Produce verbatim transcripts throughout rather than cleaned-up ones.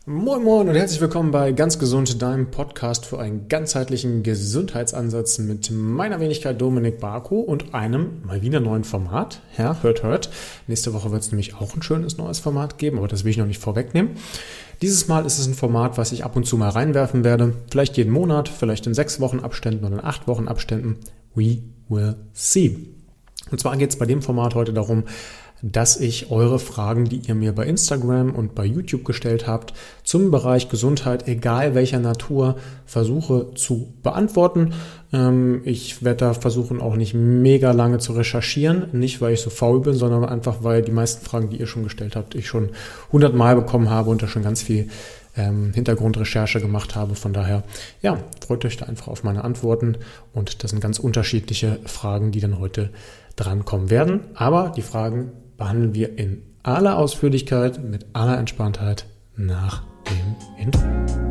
Moin Moin und herzlich willkommen bei Ganz Gesund, deinem Podcast für einen ganzheitlichen Gesundheitsansatz mit meiner Wenigkeit Dominik Barko und einem mal wieder neuen Format. Ja, hört, hört. Nächste Woche wird es nämlich auch ein schönes neues Format geben, aber das will ich noch nicht vorwegnehmen. Dieses Mal ist es ein Format, was ich ab und zu mal reinwerfen werde. Vielleicht jeden Monat, vielleicht in sechs Wochen Abständen oder in acht Wochen Abständen. We will see. Und zwar geht es bei dem Format heute darum, dass ich eure Fragen, die ihr mir bei Instagram und bei YouTube gestellt habt, zum Bereich Gesundheit, egal welcher Natur, versuche zu beantworten. Ich werde da versuchen, auch nicht mega lange zu recherchieren, nicht weil ich so faul bin, sondern einfach, weil die meisten Fragen, die ihr schon gestellt habt, ich schon hundertmal bekommen habe und da schon ganz viel ähm, Hintergrundrecherche gemacht habe. Von daher, ja, freut euch da einfach auf meine Antworten und das sind ganz unterschiedliche Fragen, die dann heute drankommen werden. Aber die Fragen behandeln wir in aller Ausführlichkeit, mit aller Entspanntheit nach dem Intro.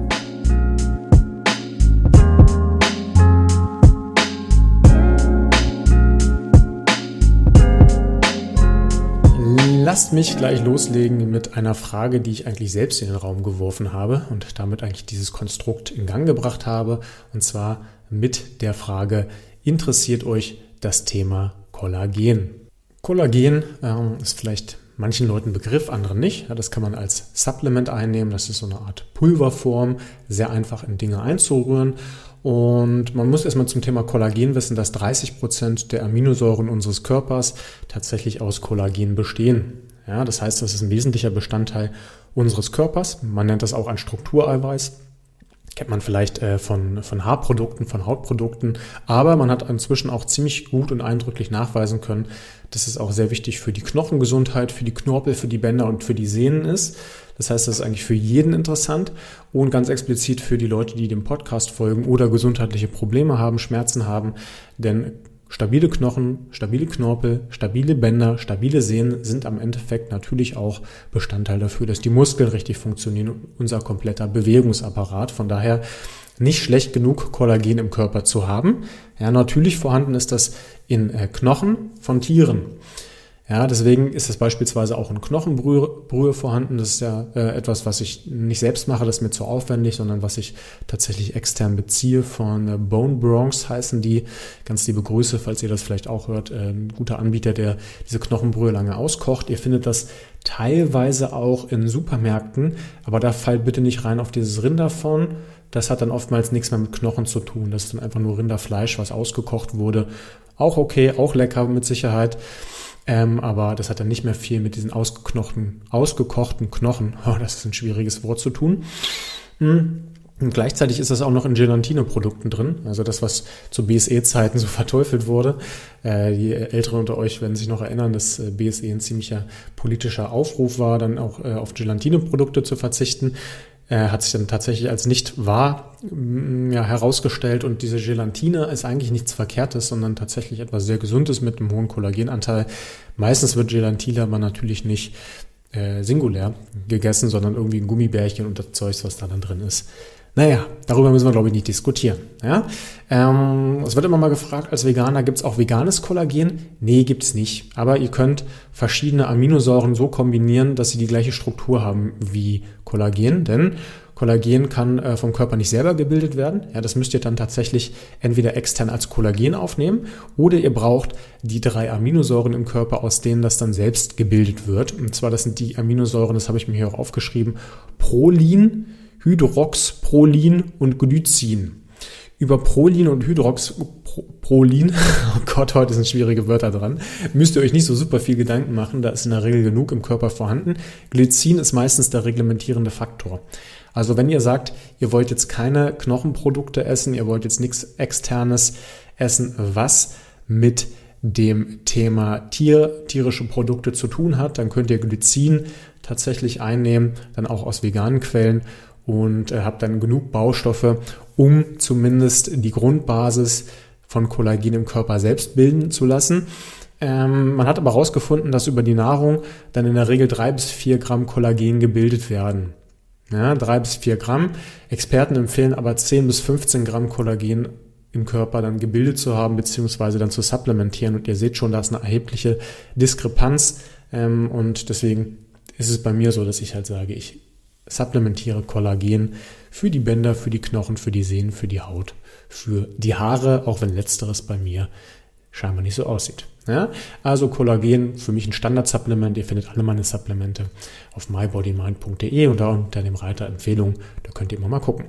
Lasst mich gleich loslegen mit einer Frage, die ich eigentlich selbst in den Raum geworfen habe und damit eigentlich dieses Konstrukt in Gang gebracht habe. Und zwar mit der Frage, interessiert euch das Thema Kollagen? Kollagen ähm, ist vielleicht manchen Leuten Begriff, anderen nicht. Ja, das kann man als Supplement einnehmen. Das ist so eine Art Pulverform, sehr einfach in Dinge einzurühren. Und man muss erstmal zum Thema Kollagen wissen, dass dreißig Prozent der Aminosäuren unseres Körpers tatsächlich aus Kollagen bestehen. Ja, das heißt, das ist ein wesentlicher Bestandteil unseres Körpers. Man nennt das auch ein Struktureiweiß. Kennt man vielleicht äh, von, von Haarprodukten, von Hautprodukten. Aber man hat inzwischen auch ziemlich gut und eindrücklich nachweisen können, dass es auch sehr wichtig für die Knochengesundheit, für die Knorpel, für die Bänder und für die Sehnen ist. Das heißt, das ist eigentlich für jeden interessant und ganz explizit für die Leute, die dem Podcast folgen oder gesundheitliche Probleme haben, Schmerzen haben. Denn stabile Knochen, stabile Knorpel, stabile Bänder, stabile Sehnen sind am Endeffekt natürlich auch Bestandteil dafür, dass die Muskeln richtig funktionieren und unser kompletter Bewegungsapparat. Von daher nicht schlecht genug, Kollagen im Körper zu haben. Ja, natürlich vorhanden ist das in äh, Knochen von Tieren. Ja, deswegen ist es beispielsweise auch in Knochenbrühe Brühe vorhanden. Das ist ja äh, etwas, was ich nicht selbst mache, das ist mir zu aufwendig, sondern was ich tatsächlich extern beziehe von äh, Bone Bronx heißen die. Ganz liebe Grüße, falls ihr das vielleicht auch hört. Äh, ein guter Anbieter, der diese Knochenbrühe lange auskocht. Ihr findet das teilweise auch in Supermärkten, aber da fallt bitte nicht rein auf dieses Rind davon. Das hat dann oftmals nichts mehr mit Knochen zu tun. Das ist dann einfach nur Rinderfleisch, was ausgekocht wurde. Auch okay, auch lecker mit Sicherheit. Ähm, aber das hat dann nicht mehr viel mit diesen ausgeknochten, ausgekochten Knochen, oh, das ist ein schwieriges Wort, zu tun. Und gleichzeitig ist das auch noch in Gelatine-Produkten drin, also das, was zu B S E-Zeiten so verteufelt wurde. Äh, die Älteren unter euch werden sich noch erinnern, dass äh, B S E ein ziemlicher politischer Aufruf war, dann auch äh, auf Gelatine-Produkte zu verzichten. Hat sich dann tatsächlich als nicht wahr ja, herausgestellt und diese Gelatine ist eigentlich nichts Verkehrtes, sondern tatsächlich etwas sehr Gesundes mit einem hohen Kollagenanteil. Meistens wird Gelatine aber natürlich nicht äh, singulär gegessen, sondern irgendwie ein Gummibärchen und das Zeug, was da dann drin ist. Naja, darüber müssen wir, glaube ich, nicht diskutieren. Ja? Ähm, es wird immer mal gefragt, als Veganer, gibt es auch veganes Kollagen? Nee, gibt es nicht. Aber ihr könnt verschiedene Aminosäuren so kombinieren, dass sie die gleiche Struktur haben wie Kollagen. Denn Kollagen kann äh, vom Körper nicht selber gebildet werden. Ja, das müsst ihr dann tatsächlich entweder extern als Kollagen aufnehmen oder ihr braucht die drei Aminosäuren im Körper, aus denen das dann selbst gebildet wird. Und zwar, das sind die Aminosäuren, das habe ich mir hier auch aufgeschrieben, Prolin, Hydroxprolin und Glycin. Über Prolin und Hydroxprolin, oh Gott, heute sind schwierige Wörter dran, müsst ihr euch nicht so super viel Gedanken machen, da ist in der Regel genug im Körper vorhanden. Glycin ist meistens der reglementierende Faktor. Also wenn ihr sagt, ihr wollt jetzt keine Knochenprodukte essen, ihr wollt jetzt nichts Externes essen, was mit dem Thema Tier, tierische Produkte zu tun hat, dann könnt ihr Glycin tatsächlich einnehmen, dann auch aus veganen Quellen und äh, habt dann genug Baustoffe, um zumindest die Grundbasis von Kollagen im Körper selbst bilden zu lassen. Ähm, man hat aber herausgefunden, dass über die Nahrung dann in der Regel drei bis vier Gramm Kollagen gebildet werden. Ja, drei bis vier Gramm. Experten empfehlen aber zehn bis fünfzehn Gramm Kollagen im Körper dann gebildet zu haben, beziehungsweise dann zu supplementieren. Und ihr seht schon, da ist eine erhebliche Diskrepanz. Ähm, und deswegen ist es bei mir so, dass ich halt sage, ich supplementiere Kollagen für die Bänder, für die Knochen, für die Sehnen, für die Haut, für die Haare, auch wenn letzteres bei mir scheinbar nicht so aussieht. Ja? Also Kollagen für mich ein Standard-Supplement. Ihr findet alle meine Supplemente auf my body mind punkt de und da unter dem Reiter Empfehlungen, da könnt ihr immer mal gucken.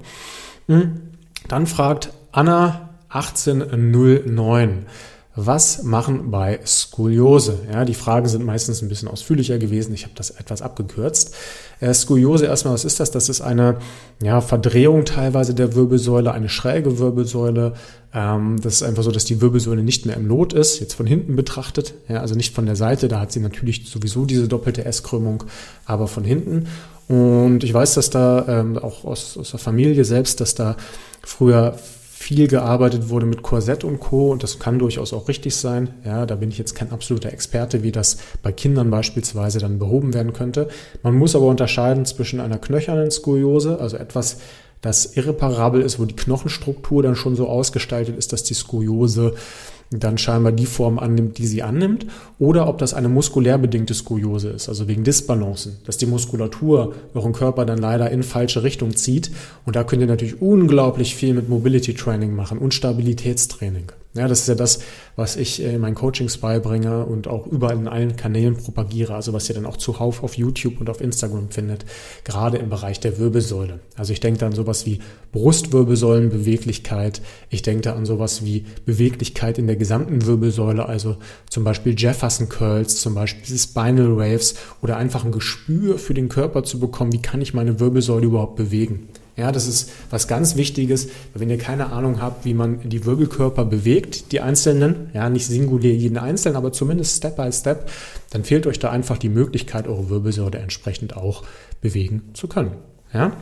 Dann fragt Anna achtzehn null neun. Was machen bei Skoliose? Ja, die Fragen sind meistens ein bisschen ausführlicher gewesen. Ich habe das etwas abgekürzt. Äh, Skoliose erstmal, was ist das? Das ist eine ja, Verdrehung teilweise der Wirbelsäule, eine schräge Wirbelsäule. Ähm, das ist einfach so, dass die Wirbelsäule nicht mehr im Lot ist, jetzt von hinten betrachtet. Ja, also nicht von der Seite, da hat sie natürlich sowieso diese doppelte S-Krümmung, aber von hinten. Und ich weiß, dass da ähm, auch aus, aus der Familie selbst, dass da früher viel gearbeitet wurde mit Korsett und Co. Und das kann durchaus auch richtig sein. Ja, da bin ich jetzt kein absoluter Experte, wie das bei Kindern beispielsweise dann behoben werden könnte. Man muss aber unterscheiden zwischen einer knöchernen Skoliose, also etwas, das irreparabel ist, wo die Knochenstruktur dann schon so ausgestaltet ist, dass die Skoliose dann scheinbar die Form annimmt, die sie annimmt, oder ob das eine muskulär bedingte Skoliose ist, also wegen Disbalancen, dass die Muskulatur euren Körper dann leider in falsche Richtung zieht. Und da könnt ihr natürlich unglaublich viel mit Mobility Training machen und Stabilitätstraining. Ja, das ist ja das, was ich in meinen Coachings beibringe und auch überall in allen Kanälen propagiere, also was ihr dann auch zuhauf auf YouTube und auf Instagram findet, gerade im Bereich der Wirbelsäule. Also ich denke da an sowas wie Brustwirbelsäulenbeweglichkeit, ich denke da an sowas wie Beweglichkeit in der gesamten Wirbelsäule, also zum Beispiel Jefferson Curls, zum Beispiel Spinal Waves oder einfach ein Gespür für den Körper zu bekommen, wie kann ich meine Wirbelsäule überhaupt bewegen. Ja, das ist was ganz Wichtiges, wenn ihr keine Ahnung habt, wie man die Wirbelkörper bewegt, die einzelnen, ja, nicht singulär jeden einzelnen, aber zumindest Step by Step, dann fehlt euch da einfach die Möglichkeit, eure Wirbelsäule entsprechend auch bewegen zu können. Ja?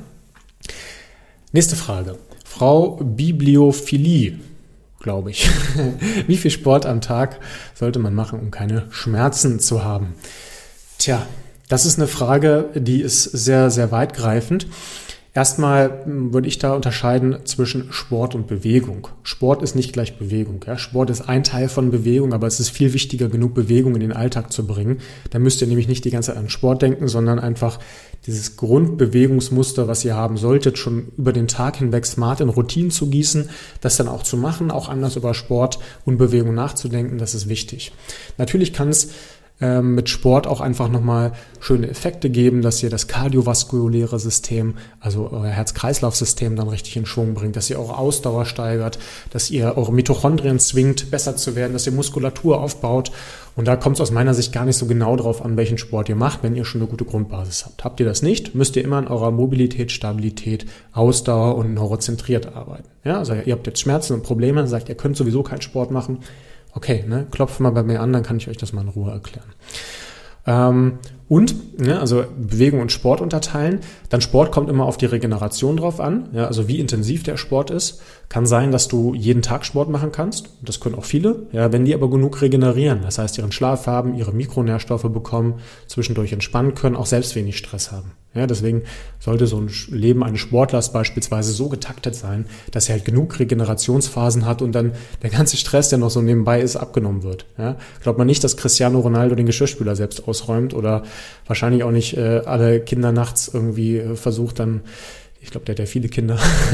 Nächste Frage. Frau Bibliophilie, glaube ich. Wie viel Sport am Tag sollte man machen, um keine Schmerzen zu haben? Tja, das ist eine Frage, die ist sehr, sehr weitgreifend. Erstmal würde ich da unterscheiden zwischen Sport und Bewegung. Sport ist nicht gleich Bewegung. Ja? Sport ist ein Teil von Bewegung, aber es ist viel wichtiger, genug Bewegung in den Alltag zu bringen. Da müsst ihr nämlich nicht die ganze Zeit an Sport denken, sondern einfach dieses Grundbewegungsmuster, was ihr haben solltet, schon über den Tag hinweg smart in Routinen zu gießen, das dann auch zu machen, auch anders über Sport und Bewegung nachzudenken, das ist wichtig. Natürlich kann es mit Sport auch einfach nochmal schöne Effekte geben, dass ihr das kardiovaskuläre System, also euer Herz-Kreislauf-System dann richtig in Schwung bringt, dass ihr eure Ausdauer steigert, dass ihr eure Mitochondrien zwingt, besser zu werden, dass ihr Muskulatur aufbaut. Und da kommt es aus meiner Sicht gar nicht so genau drauf an, welchen Sport ihr macht, wenn ihr schon eine gute Grundbasis habt. Habt ihr das nicht, müsst ihr immer an eurer Mobilität, Stabilität, Ausdauer und neurozentriert arbeiten. Ja, also ihr habt jetzt Schmerzen und Probleme, sagt, ihr könnt sowieso keinen Sport machen. Okay, ne, klopft mal bei mir an, dann kann ich euch das mal in Ruhe erklären. Ähm, und, ne, also Bewegung und Sport unterteilen. Dann Sport kommt immer auf die Regeneration drauf an, ja, also wie intensiv der Sport ist. Kann sein, dass du jeden Tag Sport machen kannst. Das können auch viele. Ja, wenn die aber genug regenerieren, das heißt ihren Schlaf haben, ihre Mikronährstoffe bekommen, zwischendurch entspannen können, auch selbst wenig Stress haben. Ja, deswegen sollte so ein Leben eines Sportlers beispielsweise so getaktet sein, dass er halt genug Regenerationsphasen hat und dann der ganze Stress, der noch so nebenbei ist, abgenommen wird. Ja, glaubt man nicht, dass Cristiano Ronaldo den Geschirrspüler selbst ausräumt oder wahrscheinlich auch nicht äh, alle Kinder nachts irgendwie äh, versucht dann, ich glaube, der hat ja viele Kinder,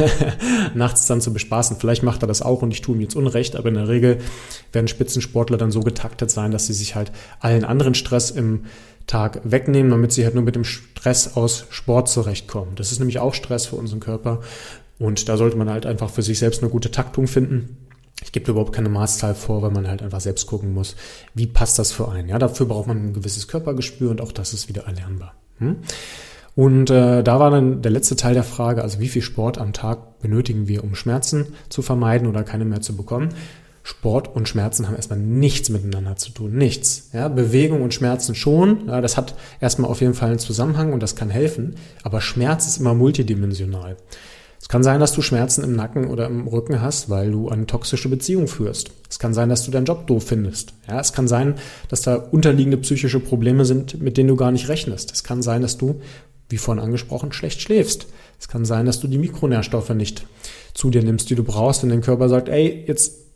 nachts dann zu bespaßen. Vielleicht macht er das auch und ich tue ihm jetzt Unrecht, aber in der Regel werden Spitzensportler dann so getaktet sein, dass sie sich halt allen anderen Stress im Tag wegnehmen, damit sie halt nur mit dem Stress aus Sport zurechtkommen. Das ist nämlich auch Stress für unseren Körper und da sollte man halt einfach für sich selbst eine gute Taktung finden. Ich gebe überhaupt keine Maßzahl vor, weil man halt einfach selbst gucken muss, wie passt das für einen. Ja, dafür braucht man ein gewisses Körpergespür und auch das ist wieder erlernbar. Hm? Und äh, da war dann der letzte Teil der Frage, also wie viel Sport am Tag benötigen wir, um Schmerzen zu vermeiden oder keine mehr zu bekommen. Sport und Schmerzen haben erstmal nichts miteinander zu tun, nichts. Ja, Bewegung und Schmerzen schon, ja, das hat erstmal auf jeden Fall einen Zusammenhang und das kann helfen, aber Schmerz ist immer multidimensional. Es kann sein, dass du Schmerzen im Nacken oder im Rücken hast, weil du eine toxische Beziehung führst. Es kann sein, dass du deinen Job doof findest. Ja, es kann sein, dass da unterliegende psychische Probleme sind, mit denen du gar nicht rechnest. Es kann sein, dass du, wie vorhin angesprochen, schlecht schläfst. Es kann sein, dass du die Mikronährstoffe nicht zu dir nimmst, die du brauchst, wenn dein Körper sagt, ey, jetzt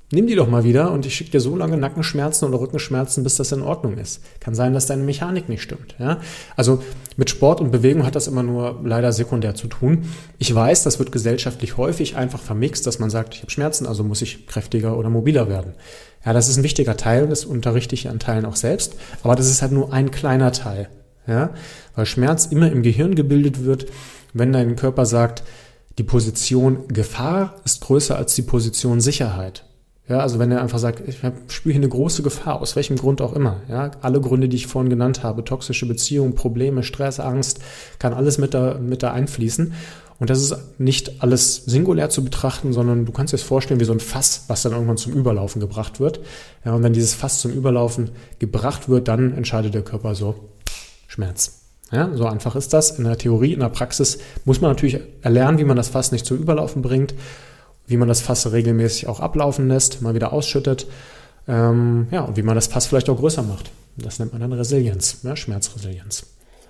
Nimm die doch mal wieder und ich schicke dir so lange Nackenschmerzen oder Rückenschmerzen, bis das in Ordnung ist. Kann sein, dass deine Mechanik nicht stimmt. Ja? Also mit Sport und Bewegung hat das immer nur leider sekundär zu tun. Ich weiß, das wird gesellschaftlich häufig einfach vermixt, dass man sagt, ich habe Schmerzen, also muss ich kräftiger oder mobiler werden. Ja, das ist ein wichtiger Teil, das unterrichte ich an Teilen auch selbst, aber das ist halt nur ein kleiner Teil. Ja? Weil Schmerz immer im Gehirn gebildet wird, wenn dein Körper sagt, die Position Gefahr ist größer als die Position Sicherheit. Ja, also wenn er einfach sagt, ich spüre hier eine große Gefahr, aus welchem Grund auch immer. Ja, alle Gründe, die ich vorhin genannt habe, toxische Beziehungen, Probleme, Stress, Angst, kann alles mit da, mit da einfließen. Und das ist nicht alles singulär zu betrachten, sondern du kannst dir das vorstellen wie so ein Fass, was dann irgendwann zum Überlaufen gebracht wird. Ja, und wenn dieses Fass zum Überlaufen gebracht wird, dann entscheidet der Körper so, Schmerz. Ja, so einfach ist das. In der Theorie, in der Praxis muss man natürlich erlernen, wie man das Fass nicht zum Überlaufen bringt, wie man das Fass regelmäßig auch ablaufen lässt, mal wieder ausschüttet, ähm, ja, und wie man das Fass vielleicht auch größer macht. Das nennt man dann Resilienz, ja, Schmerzresilienz.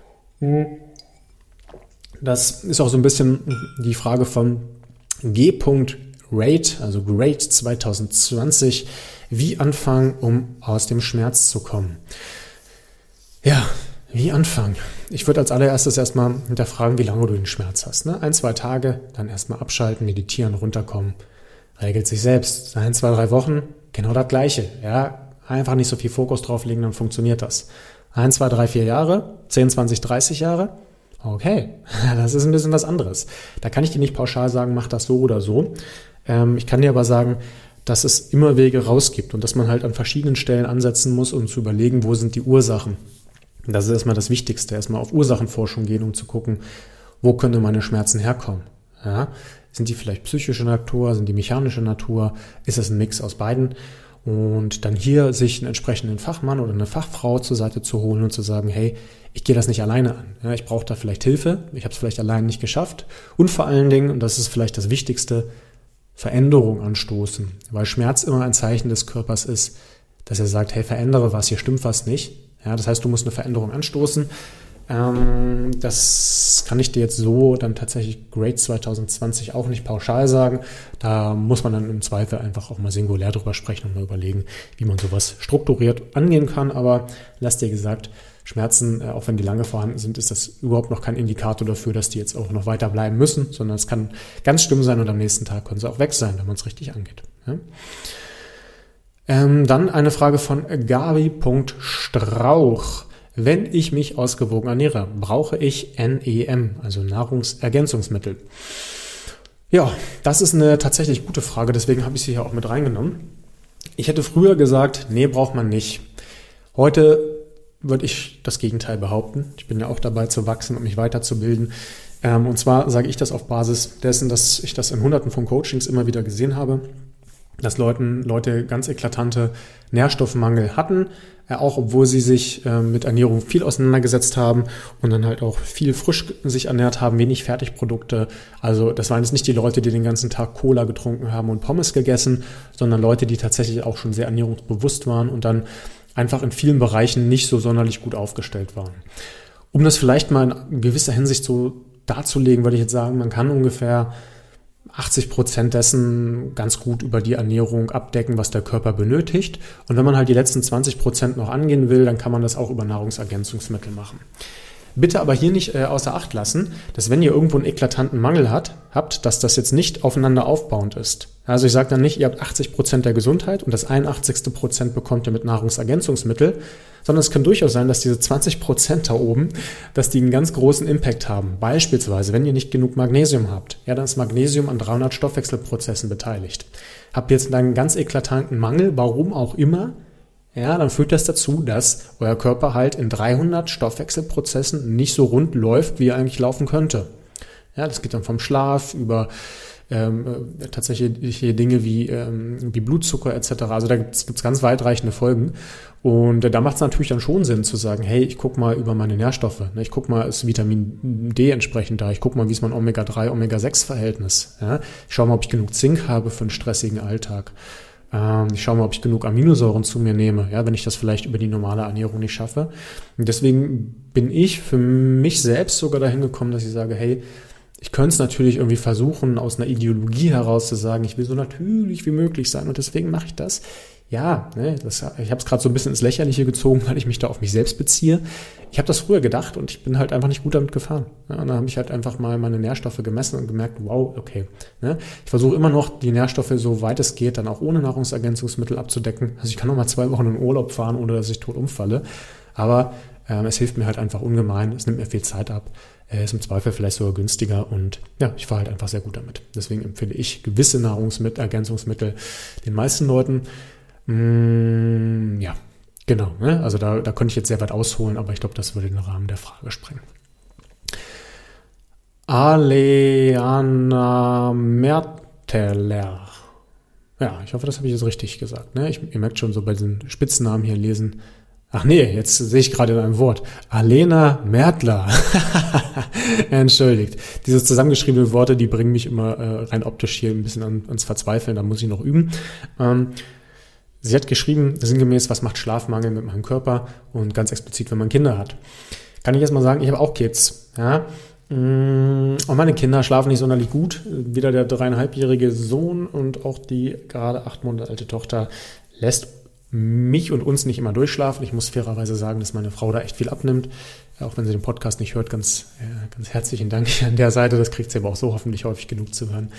Das ist auch so ein bisschen die Frage von G. Rate, also Grade zwanzig zwanzig, wie anfangen, um aus dem Schmerz zu kommen. Ja, wie anfangen? Ich würde als allererstes erstmal hinterfragen, wie lange du den Schmerz hast. Ne? Ein, zwei Tage, dann erstmal abschalten, meditieren, runterkommen. Regelt sich selbst. Ein, zwei, drei Wochen, genau das Gleiche. Ja, einfach nicht so viel Fokus drauf legen, dann funktioniert das. Ein, zwei, drei, vier Jahre, zehn, zwanzig, dreißig Jahre. Okay, das ist ein bisschen was anderes. Da kann ich dir nicht pauschal sagen, mach das so oder so. Ähm, ich kann dir aber sagen, dass es immer Wege raus gibt und dass man halt an verschiedenen Stellen ansetzen muss, um zu überlegen, wo sind die Ursachen. Das ist erstmal das Wichtigste, erstmal auf Ursachenforschung gehen, um zu gucken, wo können meine Schmerzen herkommen. Ja? Sind die vielleicht psychische Natur, sind die mechanische Natur, ist es ein Mix aus beiden? Und dann hier sich einen entsprechenden Fachmann oder eine Fachfrau zur Seite zu holen und zu sagen, hey, ich gehe das nicht alleine an. Ja, ich brauche da vielleicht Hilfe, ich habe es vielleicht alleine nicht geschafft. Und vor allen Dingen, und das ist vielleicht das Wichtigste, Veränderung anstoßen. Weil Schmerz immer ein Zeichen des Körpers ist, dass er sagt, hey, verändere was, hier stimmt was nicht. Ja, das heißt, du musst eine Veränderung anstoßen. Ähm, das kann ich dir jetzt so dann tatsächlich Grade zwanzig zwanzig auch nicht pauschal sagen. Da muss man dann im Zweifel einfach auch mal singulär drüber sprechen und mal überlegen, wie man sowas strukturiert angehen kann. Aber lass dir gesagt, Schmerzen, äh, auch wenn die lange vorhanden sind, ist das überhaupt noch kein Indikator dafür, dass die jetzt auch noch weiter bleiben müssen, sondern es kann ganz schlimm sein und am nächsten Tag können sie auch weg sein, wenn man es richtig angeht. Ja? Ähm, dann eine Frage von Gabi Strauch. Wenn ich mich ausgewogen ernähre, brauche ich N E M, also Nahrungsergänzungsmittel? Ja, das ist eine tatsächlich gute Frage, deswegen habe ich sie hier auch mit reingenommen. Ich hätte früher gesagt, nee, braucht man nicht. Heute würde ich das Gegenteil behaupten. Ich bin ja auch dabei zu wachsen und mich weiterzubilden. Ähm, und zwar sage ich das auf Basis dessen, dass ich das in hunderten von Coachings immer wieder gesehen habe, dass Leuten, Leute ganz eklatante Nährstoffmangel hatten, äh, auch obwohl sie sich äh, mit Ernährung viel auseinandergesetzt haben und dann halt auch viel frisch sich ernährt haben, wenig Fertigprodukte. Also das waren jetzt nicht die Leute, die den ganzen Tag Cola getrunken haben und Pommes gegessen, sondern Leute, die tatsächlich auch schon sehr ernährungsbewusst waren und dann einfach in vielen Bereichen nicht so sonderlich gut aufgestellt waren. Um das vielleicht mal in gewisser Hinsicht so darzulegen, würde ich jetzt sagen, man kann ungefähr achtzig Prozent dessen ganz gut über die Ernährung abdecken, was der Körper benötigt. Und wenn man halt die letzten zwanzig Prozent noch angehen will, dann kann man das auch über Nahrungsergänzungsmittel machen. Bitte aber hier nicht äh, außer Acht lassen, dass wenn ihr irgendwo einen eklatanten Mangel hat, habt, dass das jetzt nicht aufeinander aufbauend ist. Also ich sage dann nicht, ihr habt achtzig Prozent der Gesundheit und das einundachtzig Prozent bekommt ihr mit Nahrungsergänzungsmittel, sondern es kann durchaus sein, dass diese zwanzig Prozent da oben, dass die einen ganz großen Impact haben. Beispielsweise, wenn ihr nicht genug Magnesium habt, ja, dann ist Magnesium an dreihundert Stoffwechselprozessen beteiligt. Habt ihr jetzt einen ganz eklatanten Mangel, warum auch immer, ja, dann führt das dazu, dass euer Körper halt in dreihundert Stoffwechselprozessen nicht so rund läuft, wie er eigentlich laufen könnte. Ja, das geht dann vom Schlaf über ähm, tatsächlich Dinge wie, ähm, wie Blutzucker et cetera. Also da gibt es ganz weitreichende Folgen. Und äh, da macht es natürlich dann schon Sinn zu sagen, hey, ich gucke mal über meine Nährstoffe. Ne? Ich gucke mal, ist Vitamin D entsprechend da? Ich gucke mal, wie ist mein Omega drei, Omega sechs Verhältnis? Ja? Ich schaue mal, ob ich genug Zink habe für einen stressigen Alltag. Ich schaue mal, ob ich genug Aminosäuren zu mir nehme, ja, wenn ich das vielleicht über die normale Ernährung nicht schaffe. Und deswegen bin ich für mich selbst sogar dahin gekommen, dass ich sage, hey, Ich könnte es natürlich irgendwie versuchen, aus einer Ideologie heraus zu sagen, ich will so natürlich wie möglich sein und deswegen mache ich das. Ja, ne, das, ich habe es gerade so ein bisschen ins Lächerliche gezogen, weil ich mich da auf mich selbst beziehe. Ich habe das früher gedacht und ich bin halt einfach nicht gut damit gefahren. Ja, und dann habe ich halt einfach mal meine Nährstoffe gemessen und gemerkt, wow, okay. Ne, ich versuche immer noch, die Nährstoffe so weit es geht, dann auch ohne Nahrungsergänzungsmittel abzudecken. Also ich kann noch mal zwei Wochen in Urlaub fahren, ohne dass ich tot umfalle. Aber ähm, es hilft mir halt einfach ungemein. Es nimmt mir viel Zeit ab. Er ist im Zweifel vielleicht sogar günstiger und ja, ich fahre halt einfach sehr gut damit. Deswegen empfehle ich gewisse Nahrungsmittel, Ergänzungsmittel den meisten Leuten. Mm, ja, genau. Ne? Also da, da könnte ich jetzt sehr weit ausholen, aber ich glaube, das würde den Rahmen der Frage sprengen. Aleana Merteler. Ja, ich hoffe, das habe ich jetzt richtig gesagt. Ne? Ich, ihr merkt schon so bei diesen Spitznamen hier lesen. Ach nee, jetzt sehe ich gerade in einem Wort. Alena Mertler. Entschuldigt. Diese zusammengeschriebenen Worte, die bringen mich immer äh, rein optisch hier ein bisschen an, ans Verzweifeln. Da muss ich noch üben. Ähm, sie hat geschrieben, sinngemäß, was macht Schlafmangel mit meinem Körper? Und ganz explizit, wenn man Kinder hat. Kann ich erst mal sagen, ich habe auch Kids. Ja? Und meine Kinder schlafen nicht sonderlich gut. Weder der dreieinhalbjährige Sohn und auch die gerade acht Monate alte Tochter lässt mich und uns nicht immer durchschlafen. Ich muss fairerweise sagen, dass meine Frau da echt viel abnimmt. Auch wenn sie den Podcast nicht hört, ganz, äh, ganz herzlichen Dank an der Seite. Das kriegt sie aber auch so hoffentlich häufig genug zu hören.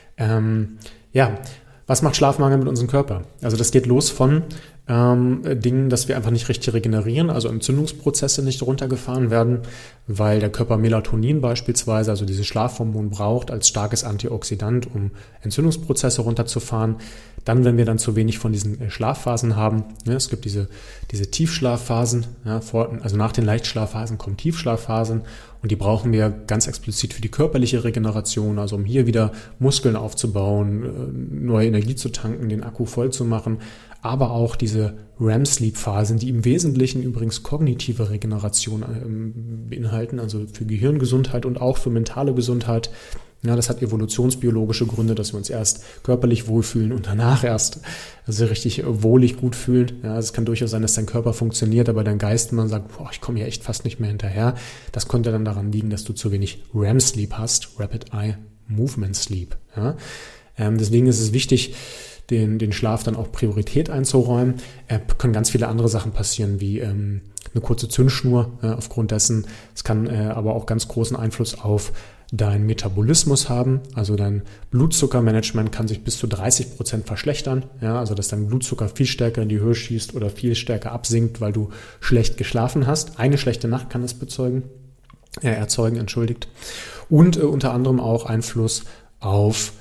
Ähm, ja, was macht Schlafmangel mit unserem Körper? Also das geht los von ähm, Dingen, dass wir einfach nicht richtig regenerieren, also Entzündungsprozesse nicht runtergefahren werden, weil der Körper Melatonin beispielsweise, also dieses Schlafhormon braucht als starkes Antioxidant, um Entzündungsprozesse runterzufahren. Dann, wenn wir dann zu wenig von diesen Schlafphasen haben, ne, es gibt diese, diese Tiefschlafphasen, ja, vor, also nach den Leichtschlafphasen kommen Tiefschlafphasen und die brauchen wir ganz explizit für die körperliche Regeneration, also um hier wieder Muskeln aufzubauen, neue Energie zu tanken, den Akku voll zu machen, aber auch diese R E M-Sleep-Phasen, die im Wesentlichen übrigens kognitive Regeneration ähm, beinhalten, also für Gehirngesundheit und auch für mentale Gesundheit. Ja, das hat evolutionsbiologische Gründe, dass wir uns erst körperlich wohlfühlen und danach erst also richtig wohlig gut fühlen. Ja, es kann durchaus sein, dass dein Körper funktioniert, aber dein Geist, man sagt, boah, ich komme hier echt fast nicht mehr hinterher. Das könnte dann daran liegen, dass du zu wenig R E M-Sleep hast, Rapid Eye Movement Sleep. Ja, ähm, deswegen ist es wichtig, den, den Schlaf dann auch Priorität einzuräumen. Äh, können ganz viele andere Sachen passieren, wie ähm, eine kurze Zündschnur äh, aufgrund dessen. Es kann äh, aber auch ganz großen Einfluss auf dein Metabolismus haben, also dein Blutzuckermanagement kann sich bis zu dreißig Prozent verschlechtern, ja, also dass dein Blutzucker viel stärker in die Höhe schießt oder viel stärker absinkt, weil du schlecht geschlafen hast. Eine schlechte Nacht kann das bezeugen, äh, erzeugen, entschuldigt. Und äh, unter anderem auch Einfluss auf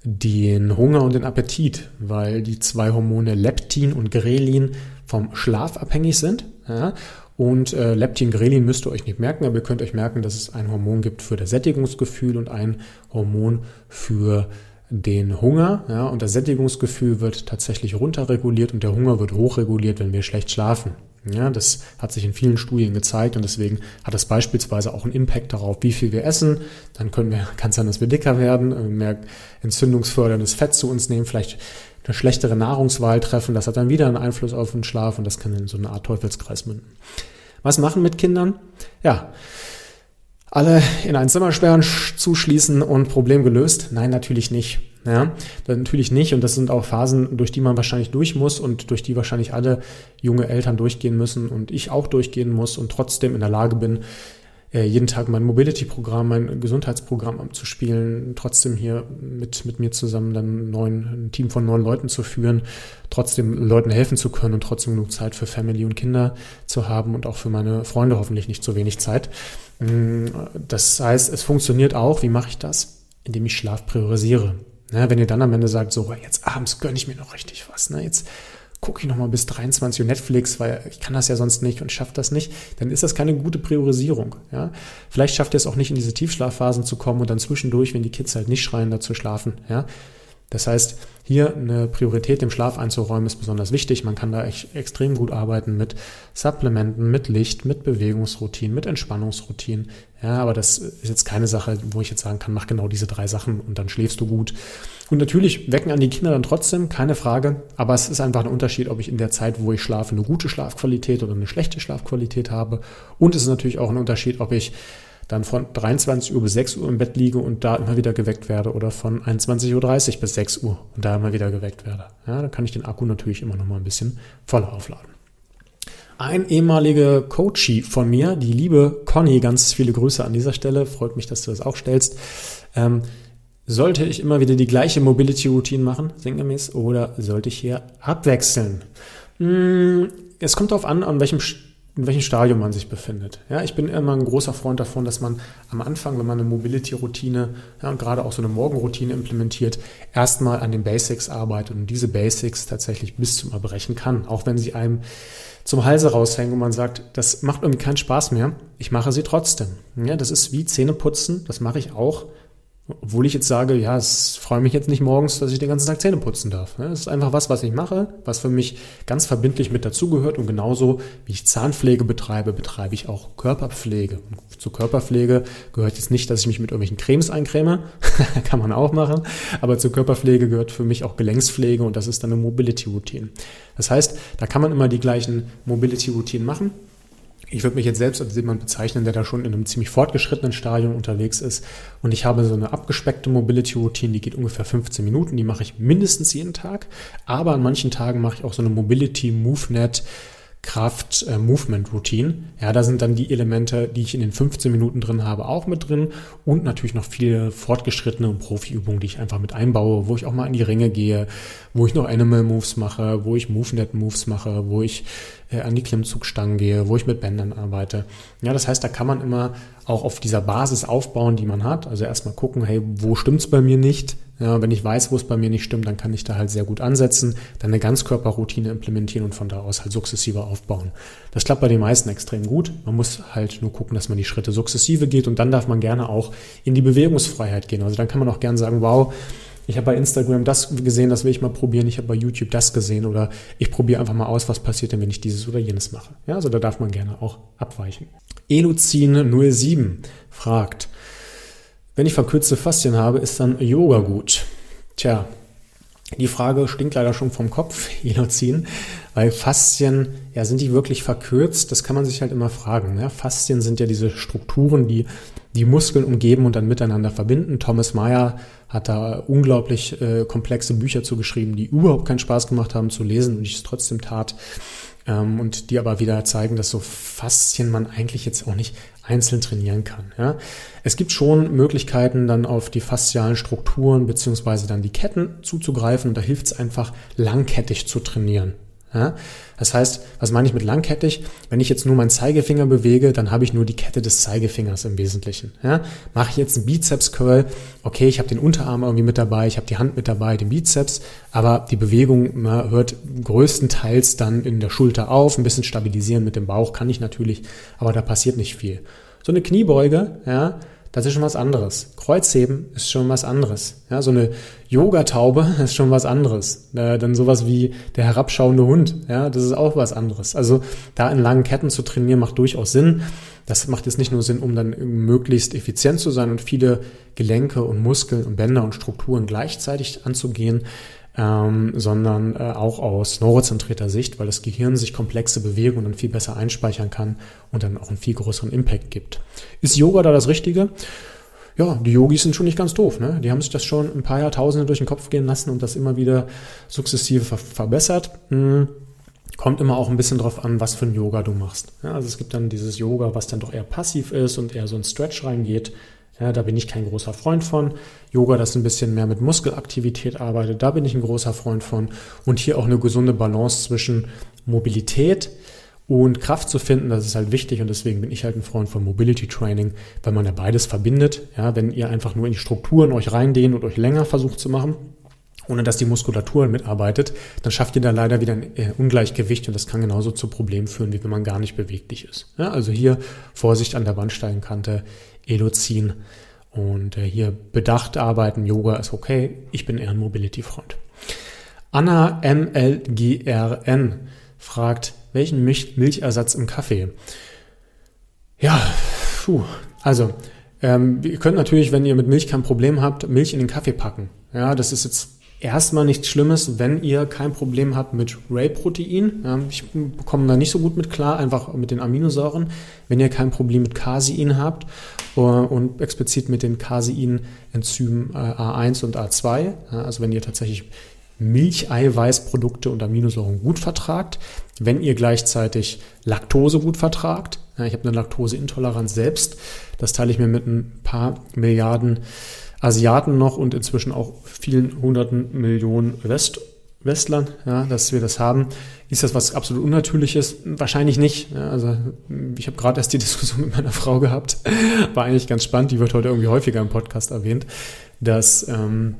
den Hunger und den Appetit, weil die zwei Hormone Leptin und Grelin vom Schlaf abhängig sind, ja. Und äh, Leptin, Grelin müsst ihr euch nicht merken, aber ihr könnt euch merken, dass es ein Hormon gibt für das Sättigungsgefühl und ein Hormon für den Hunger. Ja, und das Sättigungsgefühl wird tatsächlich runterreguliert und der Hunger wird hochreguliert, wenn wir schlecht schlafen. Ja, das hat sich in vielen Studien gezeigt und deswegen hat das beispielsweise auch einen Impact darauf, wie viel wir essen. Dann können wir, kann es sein, dass wir dicker werden, mehr entzündungsförderndes Fett zu uns nehmen, vielleicht eine schlechtere Nahrungswahl treffen. Das hat dann wieder einen Einfluss auf den Schlaf und das kann in so eine Art Teufelskreis münden. Was machen mit Kindern? Ja, alle in ein Zimmer sperren, zuschließen und Problem gelöst? Nein, natürlich nicht. Ja, natürlich nicht. Und das sind auch Phasen, durch die man wahrscheinlich durch muss und durch die wahrscheinlich alle junge Eltern durchgehen müssen und ich auch durchgehen muss und trotzdem in der Lage bin, jeden Tag mein Mobility-Programm, mein Gesundheitsprogramm abzuspielen, trotzdem hier mit, mit mir zusammen dann neun, ein Team von neun Leuten zu führen, trotzdem Leuten helfen zu können und trotzdem genug Zeit für Family und Kinder zu haben und auch für meine Freunde hoffentlich nicht so wenig Zeit. Das heißt, es funktioniert auch. Wie mache ich das? Indem ich Schlaf priorisiere. Wenn ihr dann am Ende sagt, so, jetzt abends gönne ich mir noch richtig was, ne? Jetzt gucke ich nochmal bis dreiundzwanzig Uhr Netflix, weil ich kann das ja sonst nicht und schaffe das nicht, dann ist das keine gute Priorisierung. Ja? Vielleicht schafft ihr es auch nicht, in diese Tiefschlafphasen zu kommen und dann zwischendurch, wenn die Kids halt nicht schreien, da zu schlafen. Ja? Das heißt, hier eine Priorität dem Schlaf einzuräumen, ist besonders wichtig. Man kann da echt extrem gut arbeiten mit Supplementen, mit Licht, mit Bewegungsroutinen, mit Entspannungsroutinen. Ja, aber das ist jetzt keine Sache, wo ich jetzt sagen kann, mach genau diese drei Sachen und dann schläfst du gut. Und natürlich wecken an die Kinder dann trotzdem, keine Frage. Aber es ist einfach ein Unterschied, ob ich in der Zeit, wo ich schlafe, eine gute Schlafqualität oder eine schlechte Schlafqualität habe. Und es ist natürlich auch ein Unterschied, ob ich dann von dreiundzwanzig Uhr bis sechs Uhr im Bett liege und da immer wieder geweckt werde oder von einundzwanzig Uhr dreißig bis sechs Uhr und da immer wieder geweckt werde. Ja, dann kann ich den Akku natürlich immer noch mal ein bisschen voller aufladen. Ein ehemaliger Coachie von mir, die liebe Conny, ganz viele Grüße an dieser Stelle, freut mich, dass du das auch stellst. Ähm, sollte ich immer wieder die gleiche Mobility-Routine machen, sinngemäß, oder sollte ich hier abwechseln? Hm, es kommt darauf an, an welchem, in welchem Stadium man sich befindet. Ja, ich bin immer ein großer Freund davon, dass man am Anfang, wenn man eine Mobility-Routine, ja, und gerade auch so eine Morgenroutine implementiert, erstmal an den Basics arbeitet und diese Basics tatsächlich bis zum Erbrechen kann, auch wenn sie einem zum Halse raushängen und man sagt, das macht irgendwie keinen Spaß mehr, ich mache sie trotzdem. Ja, das ist wie Zähneputzen, das mache ich auch, obwohl ich jetzt sage, ja, es freue mich jetzt nicht morgens, dass ich den ganzen Tag Zähne putzen darf. Es ist einfach was, was ich mache, was für mich ganz verbindlich mit dazugehört und genauso wie ich Zahnpflege betreibe, betreibe ich auch Körperpflege. Und zur Körperpflege gehört jetzt nicht, dass ich mich mit irgendwelchen Cremes eincreme, kann man auch machen, aber zur Körperpflege gehört für mich auch Gelenkspflege und das ist dann eine Mobility-Routine. Das heißt, da kann man immer die gleichen Mobility-Routinen machen. Ich würde mich jetzt selbst als jemand bezeichnen, der da schon in einem ziemlich fortgeschrittenen Stadium unterwegs ist. Und ich habe so eine abgespeckte Mobility-Routine, die geht ungefähr fünfzehn Minuten. Die mache ich mindestens jeden Tag. Aber an manchen Tagen mache ich auch so eine Mobility-Movement Kraft-Movement-Routine. Ja, da sind dann die Elemente, die ich in den fünfzehn Minuten drin habe, auch mit drin und natürlich noch viele fortgeschrittene und Profi-Übungen, die ich einfach mit einbaue, wo ich auch mal in die Ringe gehe, wo ich noch Animal-Moves mache, wo ich Move-Net-Moves mache, wo ich äh, an die Klimmzugstangen gehe, wo ich mit Bändern arbeite. Ja, das heißt, da kann man immer auch auf dieser Basis aufbauen, die man hat. Also erstmal gucken, hey, wo stimmt's bei mir nicht? Ja, wenn ich weiß, wo es bei mir nicht stimmt, dann kann ich da halt sehr gut ansetzen, dann eine Ganzkörperroutine implementieren und von da aus halt sukzessive aufbauen. Das klappt bei den meisten extrem gut. Man muss halt nur gucken, dass man die Schritte sukzessive geht und dann darf man gerne auch in die Bewegungsfreiheit gehen. Also dann kann man auch gerne sagen, wow, ich habe bei Instagram das gesehen, das will ich mal probieren, ich habe bei YouTube das gesehen oder ich probiere einfach mal aus, was passiert denn, wenn ich dieses oder jenes mache. Ja, also da darf man gerne auch abweichen. Eluzin null sieben fragt, wenn ich verkürzte Faszien habe, ist dann Yoga gut? Tja, die Frage stinkt leider schon vom Kopf, Eluzin, weil Faszien, ja, sind die wirklich verkürzt? Das kann man sich halt immer fragen. Ja? Faszien sind ja diese Strukturen, die die Muskeln umgeben und dann miteinander verbinden. Thomas Meyer hat da unglaublich äh, komplexe Bücher zugeschrieben, die überhaupt keinen Spaß gemacht haben zu lesen und ich es trotzdem tat. Ähm, und die aber wieder zeigen, dass so Faszien man eigentlich jetzt auch nicht einzeln trainieren kann. Ja? Es gibt schon Möglichkeiten, dann auf die faszialen Strukturen beziehungsweise dann die Ketten zuzugreifen und da hilft es einfach, langkettig zu trainieren. Ja? Das heißt, was meine ich mit langkettig? Wenn ich jetzt nur meinen Zeigefinger bewege, dann habe ich nur die Kette des Zeigefingers im Wesentlichen. Ja? Mache ich jetzt einen Bizeps-Curl, okay, ich habe den Unterarm irgendwie mit dabei, ich habe die Hand mit dabei, den Bizeps, aber die Bewegung na, hört größtenteils dann in der Schulter auf, ein bisschen stabilisieren mit dem Bauch kann ich natürlich, aber da passiert nicht viel. So eine Kniebeuge, ja, das ist schon was anderes. Kreuzheben ist schon was anderes. Ja, so eine Yogataube ist schon was anderes. Äh, dann sowas wie der herabschauende Hund, ja, das ist auch was anderes. Also da in langen Ketten zu trainieren macht durchaus Sinn. Das macht jetzt nicht nur Sinn, um dann möglichst effizient zu sein und viele Gelenke und Muskeln und Bänder und Strukturen gleichzeitig anzugehen, ähm, sondern äh, auch aus neurozentrierter Sicht, weil das Gehirn sich komplexe Bewegungen dann viel besser einspeichern kann und dann auch einen viel größeren Impact gibt. Ist Yoga da das Richtige? Ja, die Yogis sind schon nicht ganz doof, ne? Die haben sich das schon ein paar Jahrtausende durch den Kopf gehen lassen und das immer wieder sukzessive ver- verbessert. Hm. Kommt immer auch ein bisschen drauf an, was für ein Yoga du machst. Ja, also es gibt dann dieses Yoga, was dann doch eher passiv ist und eher so ein Stretch reingeht. Ja, da bin ich kein großer Freund von. Yoga, das ein bisschen mehr mit Muskelaktivität arbeitet, da bin ich ein großer Freund von. Und hier auch eine gesunde Balance zwischen Mobilität und Kraft zu finden, das ist halt wichtig und deswegen bin ich halt ein Freund von Mobility Training, weil man ja beides verbindet. Ja, wenn ihr einfach nur in die Strukturen euch reindehnt und euch länger versucht zu machen, ohne dass die Muskulatur mitarbeitet, dann schafft ihr da leider wieder ein Ungleichgewicht und das kann genauso zu Problemen führen, wie wenn man gar nicht beweglich ist. Ja, also hier Vorsicht an der Bandsteigenkante, Eluzin und äh, hier bedacht arbeiten, Yoga ist okay, ich bin eher ein Mobility-Freund. Anna M L G R N fragt, welchen Milch- Milchersatz im Kaffee? Ja, puh, also ähm, ihr könnt natürlich, wenn ihr mit Milch kein Problem habt, Milch in den Kaffee packen. Ja, das ist jetzt erstmal nichts Schlimmes, wenn ihr kein Problem habt mit Whey-Protein. Ja, ich bekomme da nicht so gut mit klar, einfach mit den Aminosäuren. Wenn ihr kein Problem mit Casein habt uh, und explizit mit den Casein-Enzymen uh, A eins und A zwei, ja, also wenn ihr tatsächlich Milcheiweißprodukte und Aminosäuren gut vertragt, wenn ihr gleichzeitig Laktose gut vertragt. Ja, ich habe eine Laktoseintoleranz selbst, das teile ich mir mit ein paar Milliarden Asiaten noch und inzwischen auch vielen hunderten Millionen West Westlern, ja, dass wir das haben. Ist das was absolut Unnatürliches? Wahrscheinlich nicht. Ja, also ich habe gerade erst die Diskussion mit meiner Frau gehabt. War eigentlich ganz spannend. Die wird heute irgendwie häufiger im Podcast erwähnt, dass ähm,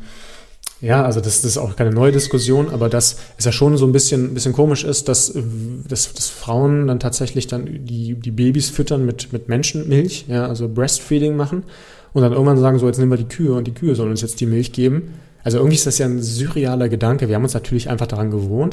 ja, also das, das ist auch keine neue Diskussion, aber dass es ja schon so ein bisschen, ein bisschen komisch ist, dass, dass, dass Frauen dann tatsächlich dann die, die Babys füttern mit, mit Menschenmilch, ja, also Breastfeeding machen und dann irgendwann sagen, so jetzt nehmen wir die Kühe und die Kühe sollen uns jetzt die Milch geben. Also irgendwie ist das ja ein surrealer Gedanke. Wir haben uns natürlich einfach daran gewohnt,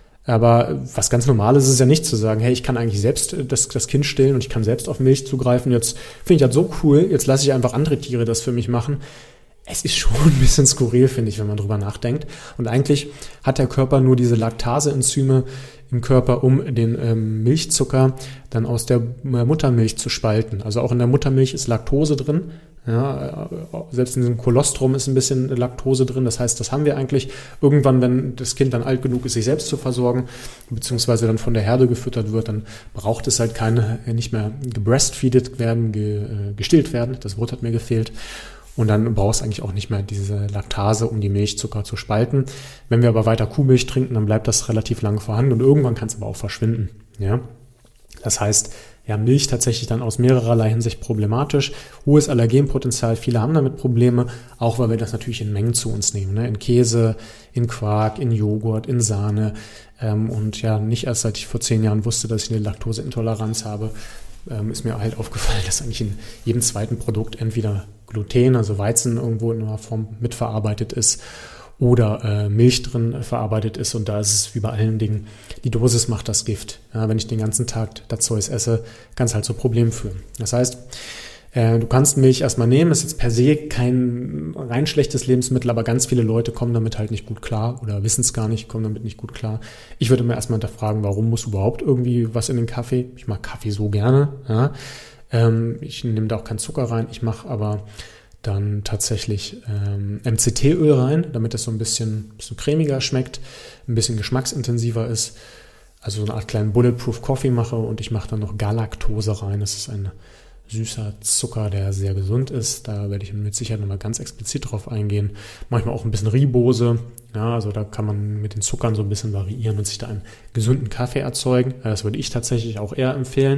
aber was ganz Normales ist es ja nicht zu sagen, hey, ich kann eigentlich selbst das, das Kind stillen und ich kann selbst auf Milch zugreifen. Jetzt finde ich das so cool, jetzt lasse ich einfach andere Tiere das für mich machen. Es ist schon ein bisschen skurril, finde ich, wenn man drüber nachdenkt. Und eigentlich hat der Körper nur diese Laktase-Enzyme im Körper, um den ähm, Milchzucker dann aus der Muttermilch zu spalten. Also auch in der Muttermilch ist Laktose drin. Ja, selbst in diesem Kolostrum ist ein bisschen Laktose drin. Das heißt, das haben wir eigentlich irgendwann, wenn das Kind dann alt genug ist, sich selbst zu versorgen, beziehungsweise dann von der Herde gefüttert wird, dann braucht es halt keine, nicht mehr gebreastfeedet werden, ge, gestillt werden. Das Wort hat mir gefehlt. Und dann brauchst du eigentlich auch nicht mehr diese Laktase, um die Milchzucker zu spalten. Wenn wir aber weiter Kuhmilch trinken, dann bleibt das relativ lange vorhanden und irgendwann kann es aber auch verschwinden. Ja, das heißt, ja, Milch tatsächlich dann aus mehrererlei Hinsicht problematisch. Hohes Allergenpotenzial, viele haben damit Probleme, auch weil wir das natürlich in Mengen zu uns nehmen. Ne? In Käse, in Quark, in Joghurt, in Sahne. Ähm, und ja, nicht erst seit ich vor zehn Jahren wusste, dass ich eine Laktoseintoleranz habe, ähm, ist mir halt aufgefallen, dass eigentlich in jedem zweiten Produkt entweder Gluten, also Weizen irgendwo in einer Form mitverarbeitet ist oder äh, Milch drin verarbeitet ist und da ist es wie bei allen Dingen, die Dosis macht das Gift. Ja, wenn ich den ganzen Tag das Zeug esse, kann es halt zu Problemen führen. Das heißt, äh, du kannst Milch erstmal nehmen, ist jetzt per se kein rein schlechtes Lebensmittel, aber ganz viele Leute kommen damit halt nicht gut klar oder wissen es gar nicht, kommen damit nicht gut klar. Ich würde mir erstmal hinterfragen, warum muss überhaupt irgendwie was in den Kaffee? Ich mag Kaffee so gerne, ja. Ähm, ich nehme da auch keinen Zucker rein, ich mache aber dann tatsächlich ähm, M C T-Öl rein, damit das so ein bisschen, bisschen cremiger schmeckt, ein bisschen geschmacksintensiver ist. Also so eine Art kleinen Bulletproof Coffee mache und ich mache dann noch Galaktose rein. Das ist ein süßer Zucker, der sehr gesund ist. Da werde ich mit Sicherheit nochmal ganz explizit drauf eingehen. Manchmal auch ein bisschen Ribose. Ja, also da kann man mit den Zuckern so ein bisschen variieren und sich da einen gesunden Kaffee erzeugen. Das würde ich tatsächlich auch eher empfehlen.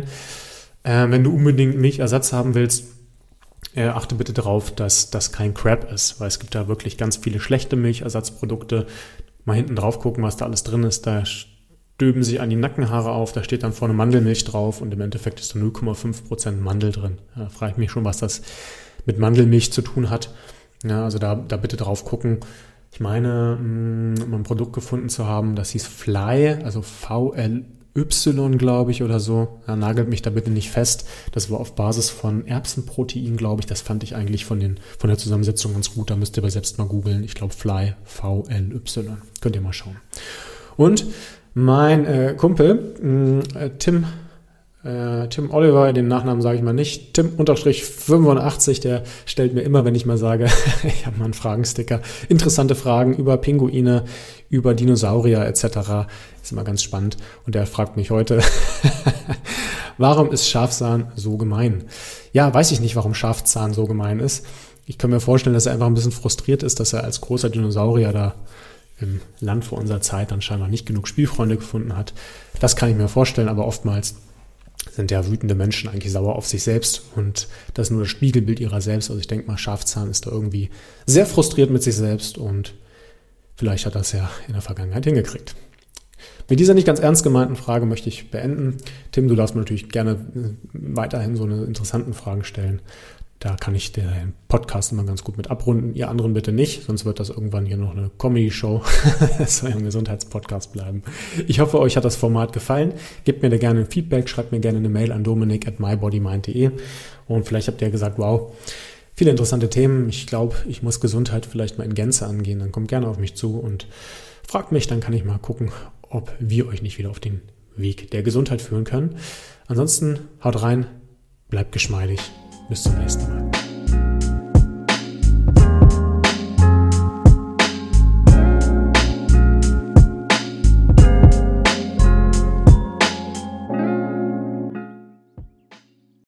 Äh, wenn du unbedingt Milchersatz haben willst, äh, achte bitte darauf, dass das kein Crap ist, weil es gibt da wirklich ganz viele schlechte Milchersatzprodukte. Mal hinten drauf gucken, was da alles drin ist. Da stöben sich an die Nackenhaare auf, da steht dann vorne Mandelmilch drauf und im Endeffekt ist da null Komma fünf Prozent Mandel drin. Da frage ich mich schon, was das mit Mandelmilch zu tun hat. Ja, also da, da bitte drauf gucken. Ich meine, mh, ein Produkt gefunden zu haben, das hieß Fly, also V L Y, glaube ich, oder so. Ja, nagelt mich da bitte nicht fest. Das war auf Basis von Erbsenprotein, glaube ich. Das fand ich eigentlich von, den, von der Zusammensetzung ganz gut. Da müsst ihr aber selbst mal googeln. Ich glaube Fly, V L Y. Könnt ihr mal schauen. Und mein äh, Kumpel, äh, Tim, äh, Tim Oliver, den Nachnamen sage ich mal nicht, Tim fünfundachtzig, der stellt mir immer, wenn ich mal sage, ich habe mal einen Fragensticker, interessante Fragen über Pinguine, über Dinosaurier et cetera. Ist immer ganz spannend. Und der fragt mich heute, warum ist Schafzahn so gemein? Ja, weiß ich nicht, warum Schafzahn so gemein ist. Ich kann mir vorstellen, dass er einfach ein bisschen frustriert ist, dass er als großer Dinosaurier da im Land vor unserer Zeit dann scheinbar nicht genug Spielfreunde gefunden hat. Das kann ich mir vorstellen, aber oftmals sind ja wütende Menschen eigentlich sauer auf sich selbst und das ist nur das Spiegelbild ihrer selbst. Also ich denke mal, Schafzahn ist da irgendwie sehr frustriert mit sich selbst und vielleicht hat er es ja in der Vergangenheit hingekriegt. Mit dieser nicht ganz ernst gemeinten Frage möchte ich beenden. Tim, du darfst mir natürlich gerne weiterhin so eine interessanten Fragen stellen. Da kann ich den Podcast immer ganz gut mit abrunden. Ihr anderen bitte nicht, sonst wird das irgendwann hier noch eine Comedy-Show. Es soll ja ein Gesundheitspodcast bleiben. Ich hoffe, euch hat das Format gefallen. Gebt mir da gerne ein Feedback, schreibt mir gerne eine Mail an dominik at mybodymind punkt de und vielleicht habt ihr gesagt, wow, viele interessante Themen. Ich glaube, ich muss Gesundheit vielleicht mal in Gänze angehen. Dann kommt gerne auf mich zu und fragt mich, dann kann ich mal gucken, ob wir euch nicht wieder auf den Weg der Gesundheit führen können. Ansonsten haut rein, bleibt geschmeidig. Bis zum nächsten Mal.